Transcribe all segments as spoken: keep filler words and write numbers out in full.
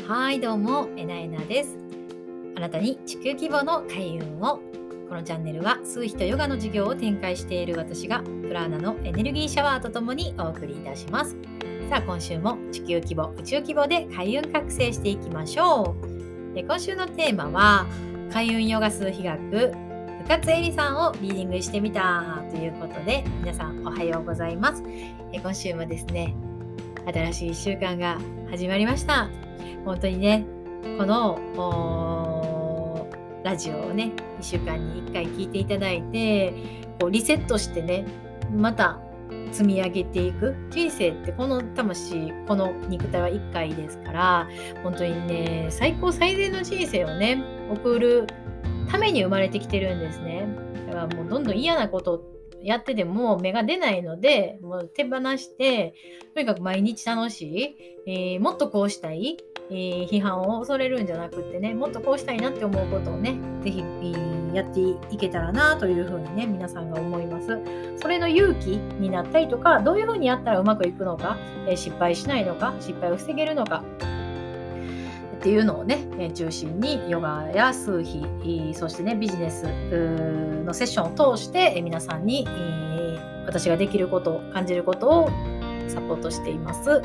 はいどうもえなえなです。あなたに地球規模の開運を。このチャンネルは数秘とヨガの授業を展開している私がプラーナのエネルギーシャワーとともにお送りいたします。さあ今週も地球規模宇宙規模で開運覚醒していきましょう。え今週のテーマは開運ヨガ数秘学深津絵里さんをリーディングしてみたということで、皆さんおはようございます。え今週もですね、新しいいっしゅうかんが始まりました。本当にね、このラジオをねいっしゅうかんにいっかい聞いていただいて、こうリセットしてね、また積み上げていく。人生ってこの魂、この肉体はいっかいですから、本当にね最高最善の人生をね送るために生まれてきてるんですね。だからもうどんどん嫌なことやってても芽が出ないので、もう手放して、とにかく毎日楽しい、えー、もっとこうしたい、えー、批判を恐れるんじゃなくってね、もっとこうしたいなって思うことをね、ぜひ、えー、やっていけたらなというふうにね、皆さんが思います。それの勇気になったりとか、どういうふうにやったらうまくいくのか、えー、失敗しないのか、失敗を防げるのかっていうのをね、えー、中心にヨガや数秘、そしてねビジネスのセッションを通して、えー、皆さんに、えー、私ができること、感じることをサポートしています。はい、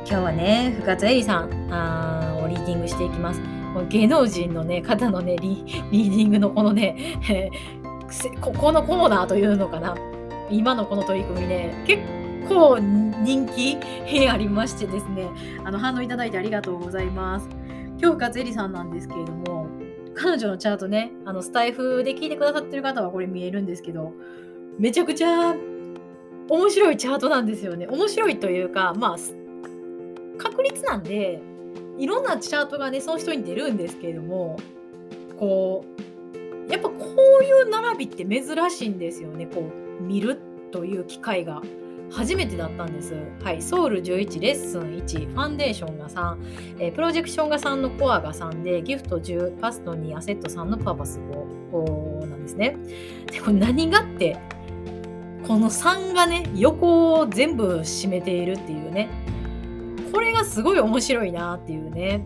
今日はね深津絵里さんあをリーディングしていきます。この芸能人の、ね、方のね リ, リーディングのこのね、えー、ここのコーナーというのかな、今のこの取り組みね結構結構人気ありましてですね、あの反応いただいてありがとうございます。今日深津絵里さんなんですけれども、彼女のチャートね、あのスタイフで聞いてくださってる方はこれ見えるんですけど、めちゃくちゃ面白いチャートなんですよね。面白いというか、まあ確率なんでいろんなチャートがねその人に出るんですけれども、こうやっぱこういう並びって珍しいんですよね。こう見るという機会が初めてだったんです。はい、ソウルじゅういち、レッスンいち、ファンデーションがさん、えー、プロジェクションがさんのコアがさんで、ギフトじゅう、パストに、アセットさんのパーパスごなんですね。でこれ何がって、このさんがね横を全部占めているっていうね、これがすごい面白いなっていうね。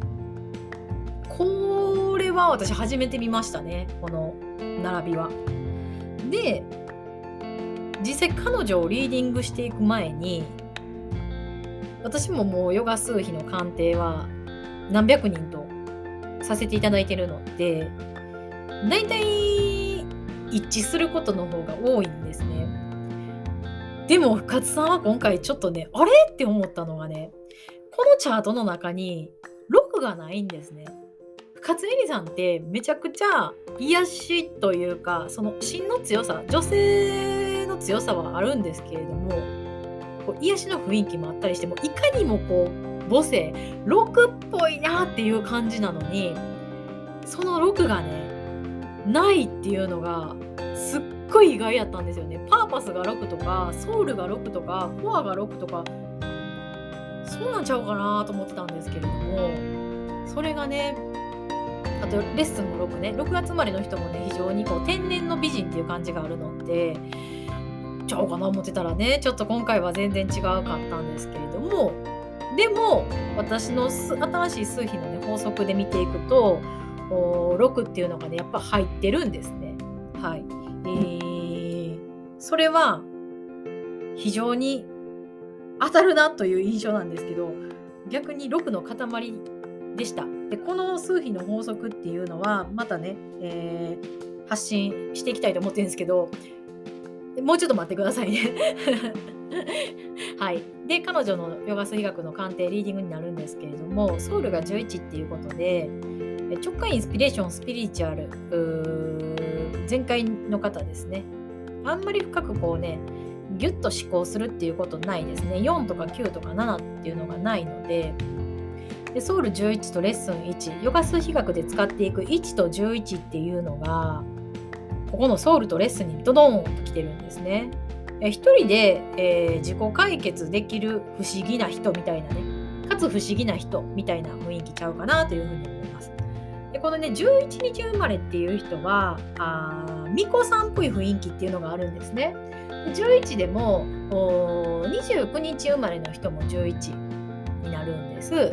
これは私初めて見ましたね、この並びは。で実際彼女をリーディングしていく前に、私ももうヨガ数秘の鑑定は何百人とさせていただいてるので、だいたい一致することの方が多いんですね。でも深津さんは今回ちょっとね、あれって思ったのがね、このチャートの中にろくがないんですね。深津絵里さんってめちゃくちゃ癒しというか、その芯の強さ、女性の強さはあるんですけれども、こう癒しの雰囲気もあったりしても、いかにもこう母性ろくっぽいなっていう感じなのに、そのろくがねないっていうのがすっごい意外やったんですよね。パーパスがろくとか、ソウルがろくとか、コアがろくとか、そうなんちゃうかなと思ってたんですけれども、それがね、あとレッスンもろくね、ろくがつ生まれの人もね非常にこう天然の美人っていう感じがあるのでちゃうかな思ってたらね、ちょっと今回は全然違うかったんですけれども、でも私の新しい数秘の、ね、法則で見ていくとろくっていうのがねやっぱ入ってるんですね。はい、えー、それは非常に当たるなという印象なんですけど、逆にろくの塊でした。でこの数秘の法則っていうのはまたね、えー、発信していきたいと思ってるんですけど、もうちょっと待ってくださいねはい、で彼女のヨガ数秘学の鑑定リーディングになるんですけれども、ソウルがじゅういちっていうことで、直感インスピレーションスピリチュアル全開の方ですね。あんまり深くこうねギュッと思考するっていうことないですね。よんとかきゅうとかななっていうのがないので、でソウルじゅういちとレッスンいち、ヨガ数秘学で使っていくいちとじゅういちっていうのがここのソウルとレッスンにドドーンと来てるんですね。え一人で、えー、自己解決できる不思議な人みたいなね、かつ不思議な人みたいな雰囲気ちゃうかなというふうに思います。でこのねじゅういちにち生まれっていう人はあ巫女さんっぽい雰囲気っていうのがあるんですね。じゅういちでもにじゅうくにち生まれの人もじゅういちになるんです。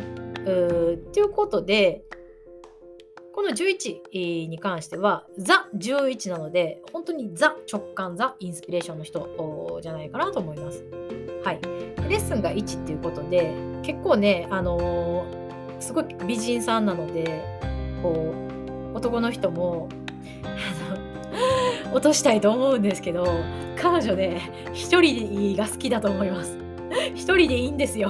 ということで、このじゅういちに関してはザじゅういちなので、本当にザ直感、ザインスピレーションの人じゃないかなと思います。はい。レッスンがいちっていうことで、結構ね、あのー、すごい美人さんなので、こう男の人もあの落としたいと思うんですけど、彼女ね、一人が好きだと思います。一人でいいんですよ。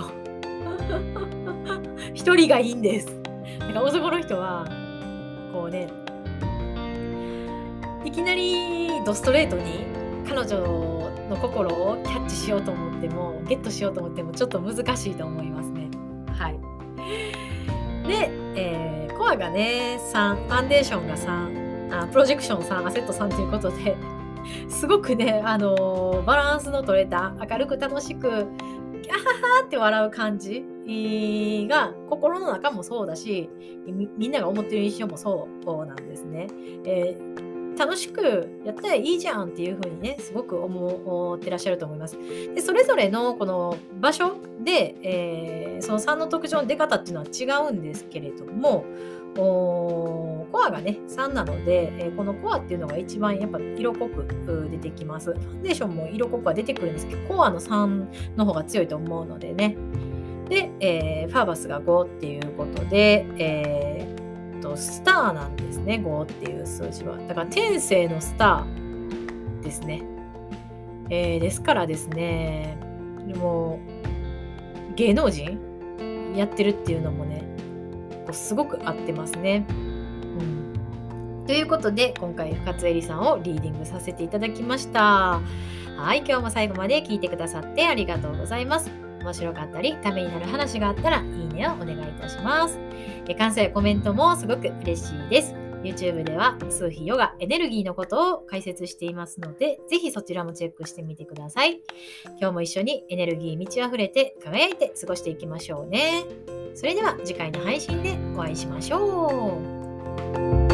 一人がいいんです。なんか男の人はこうね、いきなりドストレートに彼女の心をキャッチしようと思っても、ゲットしようと思ってもちょっと難しいと思いますね。はい。で、えー、コアがねさん、ファンデーションがさん、あプロジェクションさん、アセットさんということで、すごくね、あのーバランスの取れた、明るく楽しく、キャハハって笑う感じが心の中もそうだし、み, みんなが思ってる印象もそうなんですね。えー楽しくやったらいいじゃんっていう風にね、すごく思ってらっしゃると思います。で、それぞれのこの場所で、えー、そのさんの特徴の出方っていうのは違うんですけれども、コアがねさんなので、えー、このコアっていうのが一番やっぱ色濃く出てきます。ファンデーションも色濃くは出てくるんですけど、コアのさんの方が強いと思うのでね。で、えー、ファーバスがごっていうことで、えースターなんですね、ごっていう数字は。だから天性のスターですね。えー、ですからですね、もう芸能人やってるっていうのもね、こうすごく合ってますね。うん、ということで、今回深津絵里さんをリーディングさせていただきました。はい、今日も最後まで聞いてくださってありがとうございます。面白かったり、ためになる話があったら、いいねをお願いいたします。え感想やコメントもすごく嬉しいです。YouTube では数秘ヨガ、エネルギーのことを解説していますので、ぜひそちらもチェックしてみてください。今日も一緒にエネルギー満ち溢れて輝いて過ごしていきましょうね。それでは次回の配信でお会いしましょう。